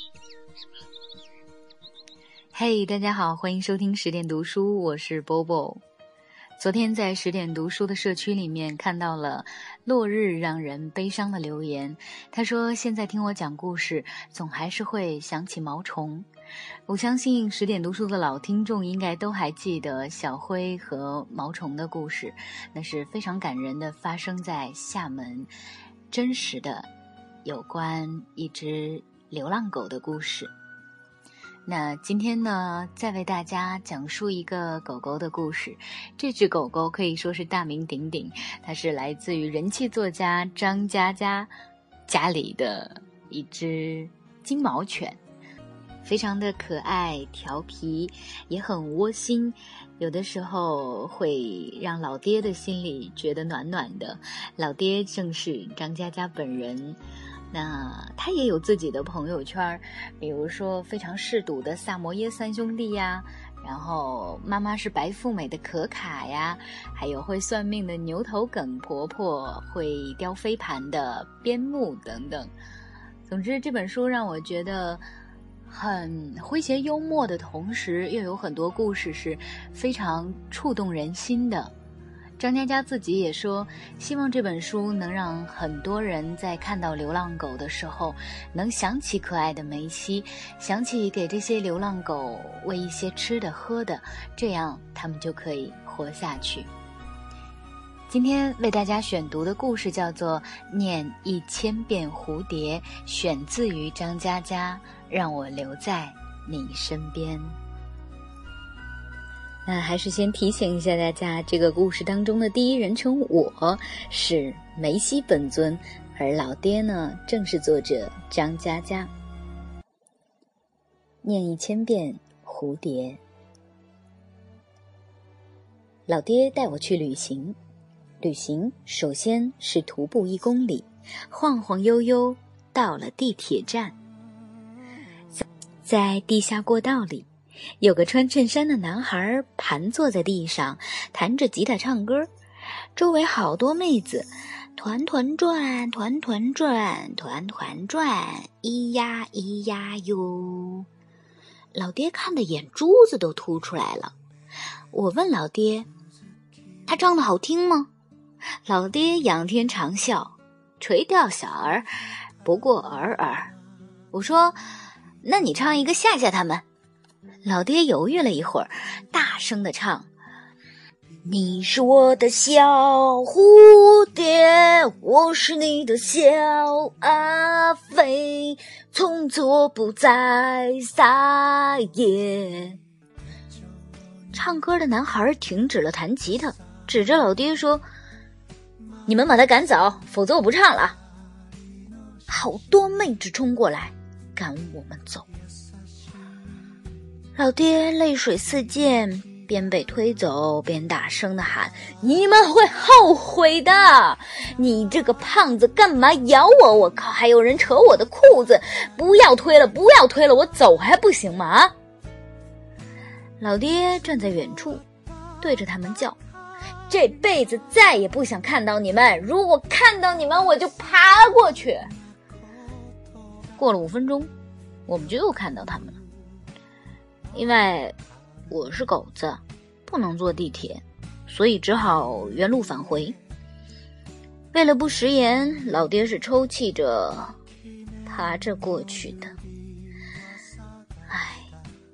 嘿，大家好，欢迎收听10点读书，我是 Bobo。昨天在10点读书的社区里面看到了落日让人悲伤的留言，他说现在听我讲故事总还是会想起毛虫。我相信10点读书的老听众应该都还记得小灰和毛虫的故事，那是非常感人的，发生在厦门，真实的有关一只流浪狗的故事。那今天呢，再为大家讲述一个狗狗的故事。这只狗狗可以说是大名鼎鼎，它是来自于人气作家张嘉佳家里的一只金毛犬，非常的可爱调皮，也很窝心，有的时候会让老爹的心里觉得暖暖的。老爹正是张嘉佳本人。那他也有自己的朋友圈，比如说非常嗜赌的萨摩耶三兄弟呀，然后妈妈是白富美的可卡呀，还有会算命的牛头梗婆婆，会雕飞盘的边牧等等。总之这本书让我觉得很诙谐幽默的同时，又有很多故事是非常触动人心的。张嘉佳自己也说，希望这本书能让很多人在看到流浪狗的时候，能想起可爱的梅西，想起给这些流浪狗喂一些吃的喝的，这样它们就可以活下去。今天为大家选读的故事叫做《念1000遍蝴蝶》，选自于张嘉佳，让我留在你身边。那还是先提醒一下大家，这个故事当中的第一人称我是梅西本尊，而老爹呢正是作者张嘉佳。念1000遍蝴蝶。老爹带我去旅行，首先是徒步1公里，晃晃悠悠到了地铁站。在地下过道里，有个穿衬衫的男孩盘坐在地上，弹着吉他唱歌，周围好多妹子，团团转，团团转，团团转，咿呀咿呀哟。老爹看得眼珠子都凸出来了。我问老爹，他唱得好听吗？老爹仰天长啸，垂钓小儿，不过尔尔。我说，那你唱一个吓吓他们。老爹犹豫了一会儿，大声地唱，你是我的小蝴蝶，我是你的小阿飞，从此不再撒野。唱歌的男孩停止了弹吉他，指着老爹说，你们把他赶走，否则我不唱了。好多妹子冲过来赶我们走。老爹泪水四溅，边被推走边大声地喊，你们会后悔的，你这个胖子干嘛咬我，我靠，还有人扯我的裤子，不要推了，不要推了，我走还不行吗？老爹站在远处对着他们叫，这辈子再也不想看到你们，如果看到你们我就爬过去。过了5分钟，我们就又看到他们了。因为我是狗子，不能坐地铁，所以只好原路返回。为了不食言，老爹是抽泣着爬着过去的。唉，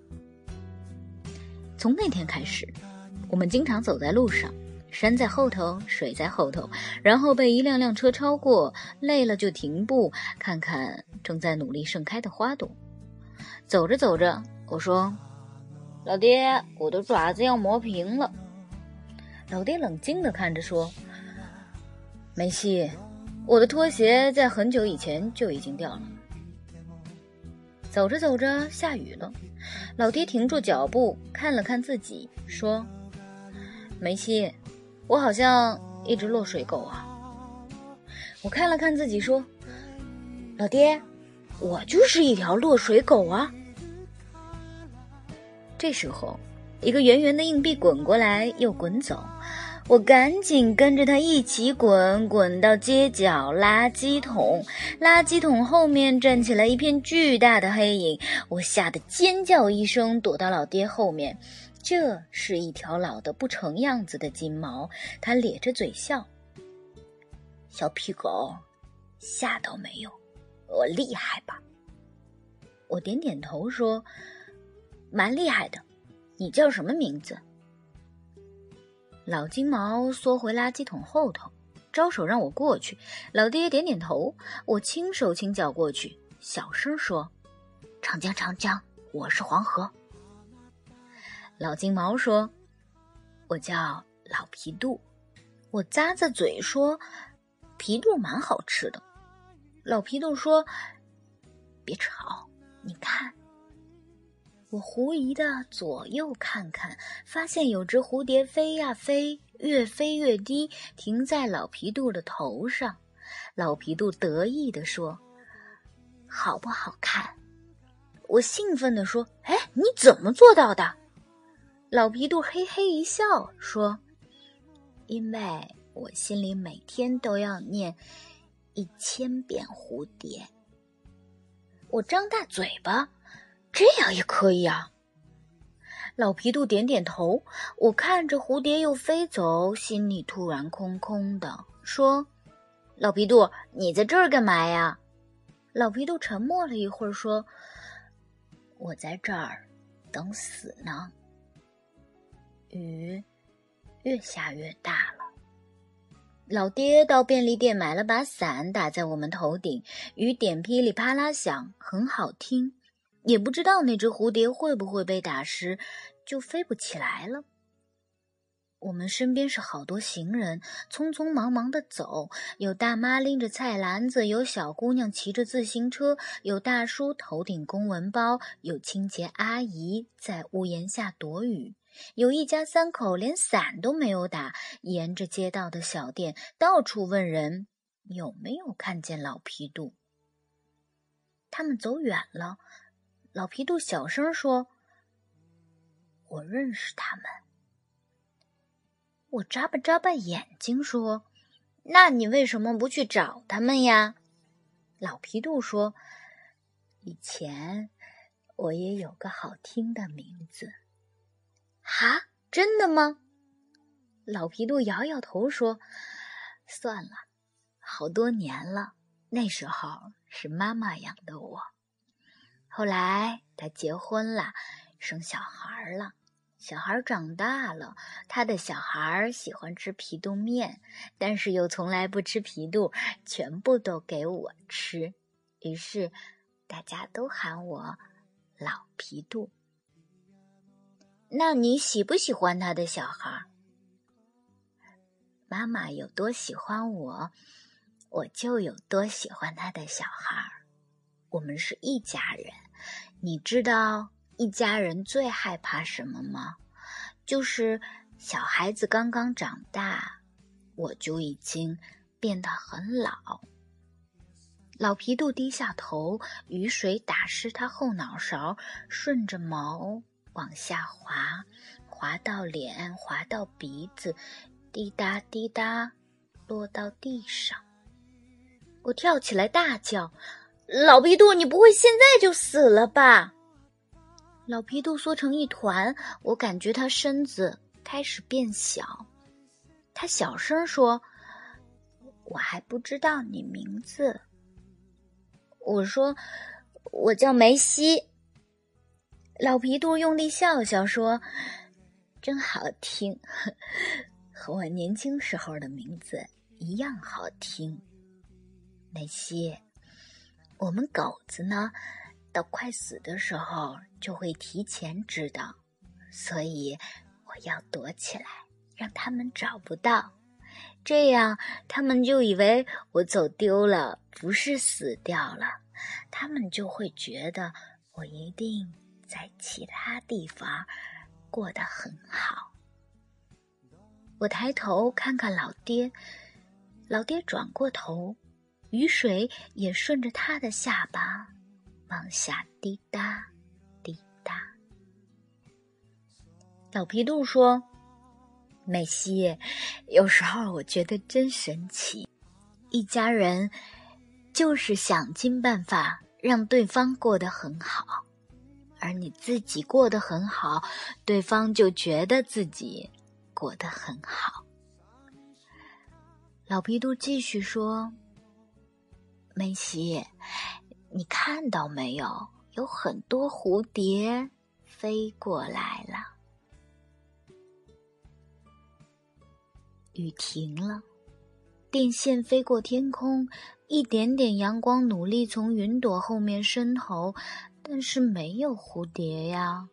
从那天开始，我们经常走在路上，山在后头，水在后头，然后被一辆辆车超过，累了就停步，看看正在努力盛开的花朵。走着走着，我说，老爹，我的爪子要磨平了。老爹冷静地看着说，梅西，我的拖鞋在很久以前就已经掉了。走着走着下雨了，老爹停住脚步，看了看自己，说，梅西，我好像一只落水狗啊。我看了看自己说，老爹，我就是一条落水狗啊。这时候，一个圆圆的硬币滚过来又滚走， 我赶紧跟着他一起滚，滚到街角垃圾桶。垃圾桶后面站起来一片巨大的黑影，我吓得尖叫一声，躲到老爹后面。这是一条老得不成样子的金毛，它咧着嘴笑。小屁狗，吓到没有？我厉害吧？我点点头说，蛮厉害的。你叫什么名字？老金毛缩回垃圾桶后头，招手让我过去。老爹点点头，我轻手轻脚过去，小声说，长江长江，我是黄河。老金毛说，我叫老皮肚。我咂咂嘴说，皮肚蛮好吃的。老皮肚说，别吵，你看。我狐疑的左右看看，发现有只蝴蝶飞呀飞，越飞越低，停在老皮肚的头上。老皮肚得意地说，好不好看？我兴奋地说，哎，你怎么做到的？老皮肚嘿嘿一笑说，因为我心里每天都要念1000遍蝴蝶。我张大嘴巴，这样也可以啊。老皮肚点点头，我看着蝴蝶又飞走，心里突然空空的，说，老皮肚，你在这儿干嘛呀？老皮肚沉默了一会儿说，我在这儿等死呢。雨越下越大了。老爹到便利店买了把伞，打在我们头顶，雨点噼里啪啦响，很好听。也不知道那只蝴蝶会不会被打湿，就飞不起来了。我们身边是好多行人，匆匆忙忙地走，有大妈拎着菜篮子，有小姑娘骑着自行车，有大叔头顶公文包，有清洁阿姨在屋檐下躲雨，有一家三口连伞都没有打，沿着街道的小店到处问人有没有看见老皮肚。他们走远了，老皮肚小声说，我认识他们。我眨巴眨巴眼睛说，那你为什么不去找他们呀？老皮肚说，以前我也有个好听的名字。哈，真的吗？老皮肚摇摇头说，算了，好多年了，那时候是妈妈养的我。后来她结婚了，生小孩了。小孩长大了，他的小孩喜欢吃皮肚面，但是又从来不吃皮肚，全部都给我吃。于是大家都喊我老皮肚。那你喜不喜欢他的小孩？妈妈有多喜欢我，我就有多喜欢他的小孩。我们是一家人，你知道一家人最害怕什么吗？就是小孩子刚刚长大，我就已经变得很老。老皮肚低下头，雨水打湿他后脑勺，顺着毛往下滑，滑到脸，滑到鼻子，滴答滴答落到地上。我跳起来大叫，老皮肚，你不会现在就死了吧？老皮肚缩成一团，我感觉他身子开始变小。他小声说，我还不知道你名字。我说，我叫梅西。老皮肚用力笑笑说，真好听，和我年轻时候的名字一样好听。梅西，我们狗子呢，到快死的时候就会提前知道，所以我要躲起来，让他们找不到，这样他们就以为我走丢了，不是死掉了，他们就会觉得我一定在其他地方过得很好。我抬头看看老爹，老爹转过头，雨水也顺着他的下巴往下滴答滴答。老皮肚说， 美西，有时候我觉得真神奇，一家人就是想尽办法让对方过得很好，而你自己过得很好，对方就觉得自己过得很好。老皮杜继续说，梅西，你看到没有？有很多蝴蝶飞过来了。雨停了，电线飞过天空，一点点阳光努力从云朵后面伸头，但是没有蝴蝶呀。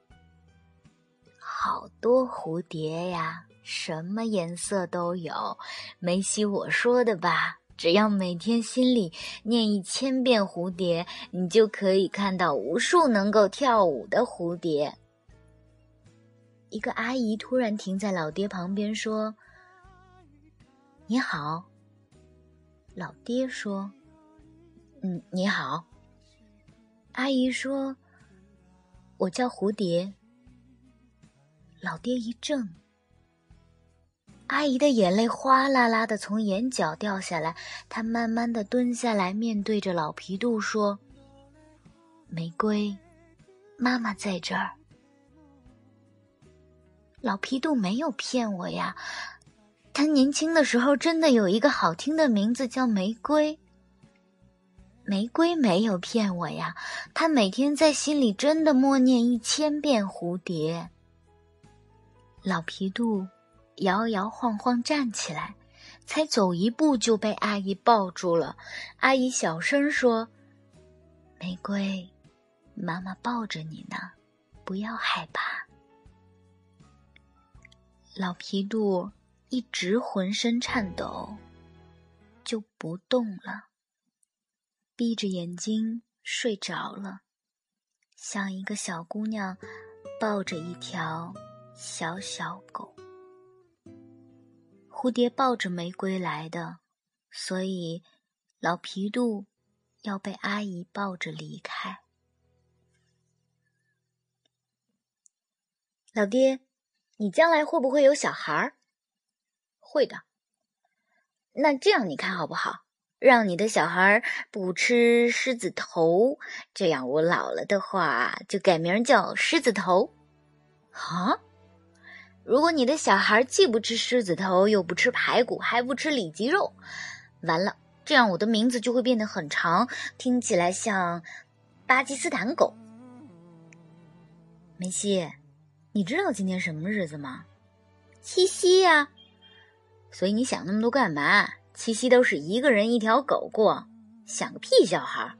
好多蝴蝶呀，什么颜色都有。梅西，我说的吧，只要每天心里念1000遍蝴蝶，你就可以看到无数能够跳舞的蝴蝶。一个阿姨突然停在老爹旁边说，你好。老爹说，你好。阿姨说，我叫蝴蝶。老爹一怔，阿姨的眼泪哗啦啦地从眼角掉下来，她慢慢地蹲下来，面对着老皮杜说，玫瑰，妈妈在这儿。老皮杜没有骗我呀，他年轻的时候真的有一个好听的名字叫玫瑰。玫瑰没有骗我呀，他每天在心里真的默念1000遍蝴蝶。老皮杜摇摇晃晃站起来，才走一步就被阿姨抱住了。阿姨小声说，玫瑰，妈妈抱着你呢，不要害怕。老皮杜一直浑身颤抖，就不动了，闭着眼睛睡着了，像一个小姑娘抱着一条小小狗。蝴蝶抱着玫瑰来的，所以老皮杜要被阿姨抱着离开。老爹，你将来会不会有小孩？会的。那这样你看好不好？让你的小孩不吃狮子头，这样我老了的话就改名叫狮子头。啊？如果你的小孩既不吃狮子头，又不吃排骨，还不吃里脊肉，完了，这样我的名字就会变得很长，听起来像巴基斯坦狗。梅西，你知道今天什么日子吗？七夕呀。所以你想那么多干嘛？七夕都是一个人一条狗过，想个屁小孩。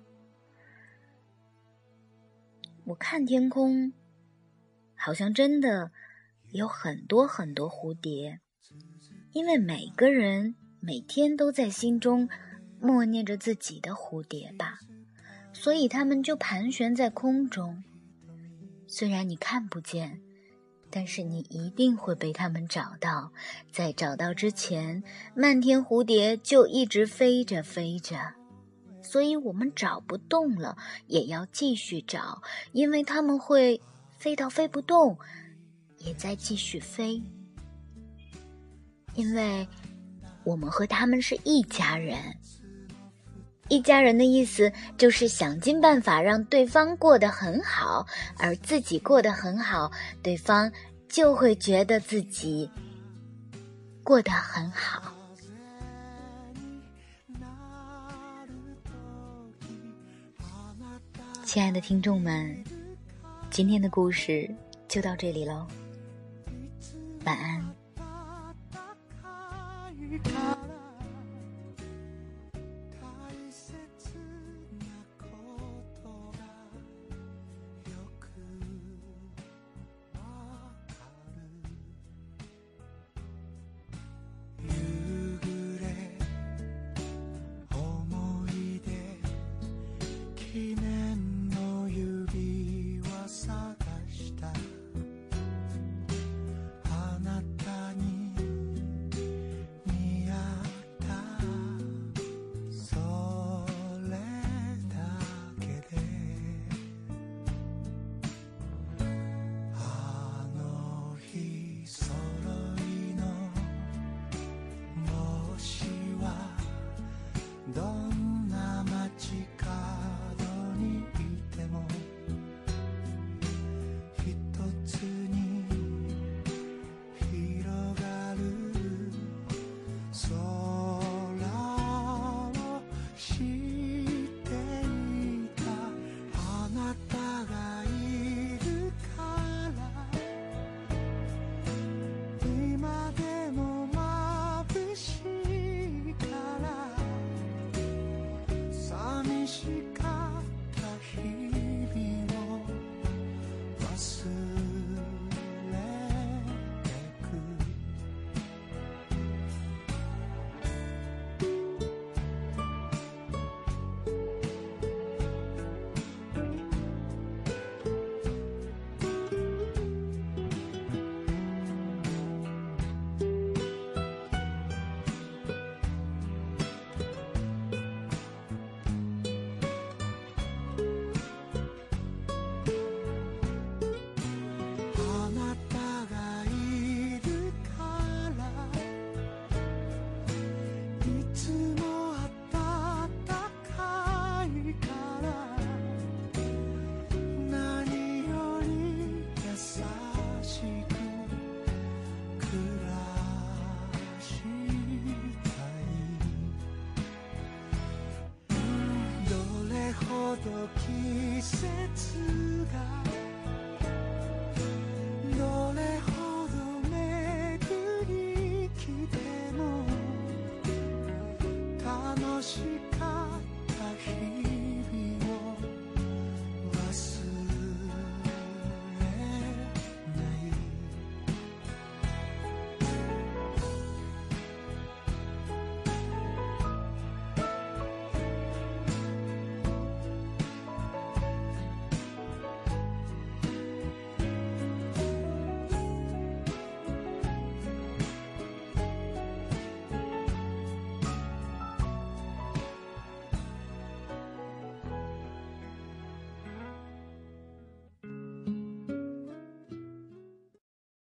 我看天空，好像真的有很多很多蝴蝶，因为每个人每天都在心中默念着自己的蝴蝶吧，所以它们就盘旋在空中。虽然你看不见，但是你一定会被它们找到，在找到之前，漫天蝴蝶就一直飞着飞着。所以我们找不动了，也要继续找，因为它们会飞到飞不动，也在继续飞。因为我们和他们是一家人。一家人的意思就是想尽办法让对方过得很好，而自己过得很好，对方就会觉得自己过得很好。亲爱的听众们，今天的故事就到这里喽，晚安。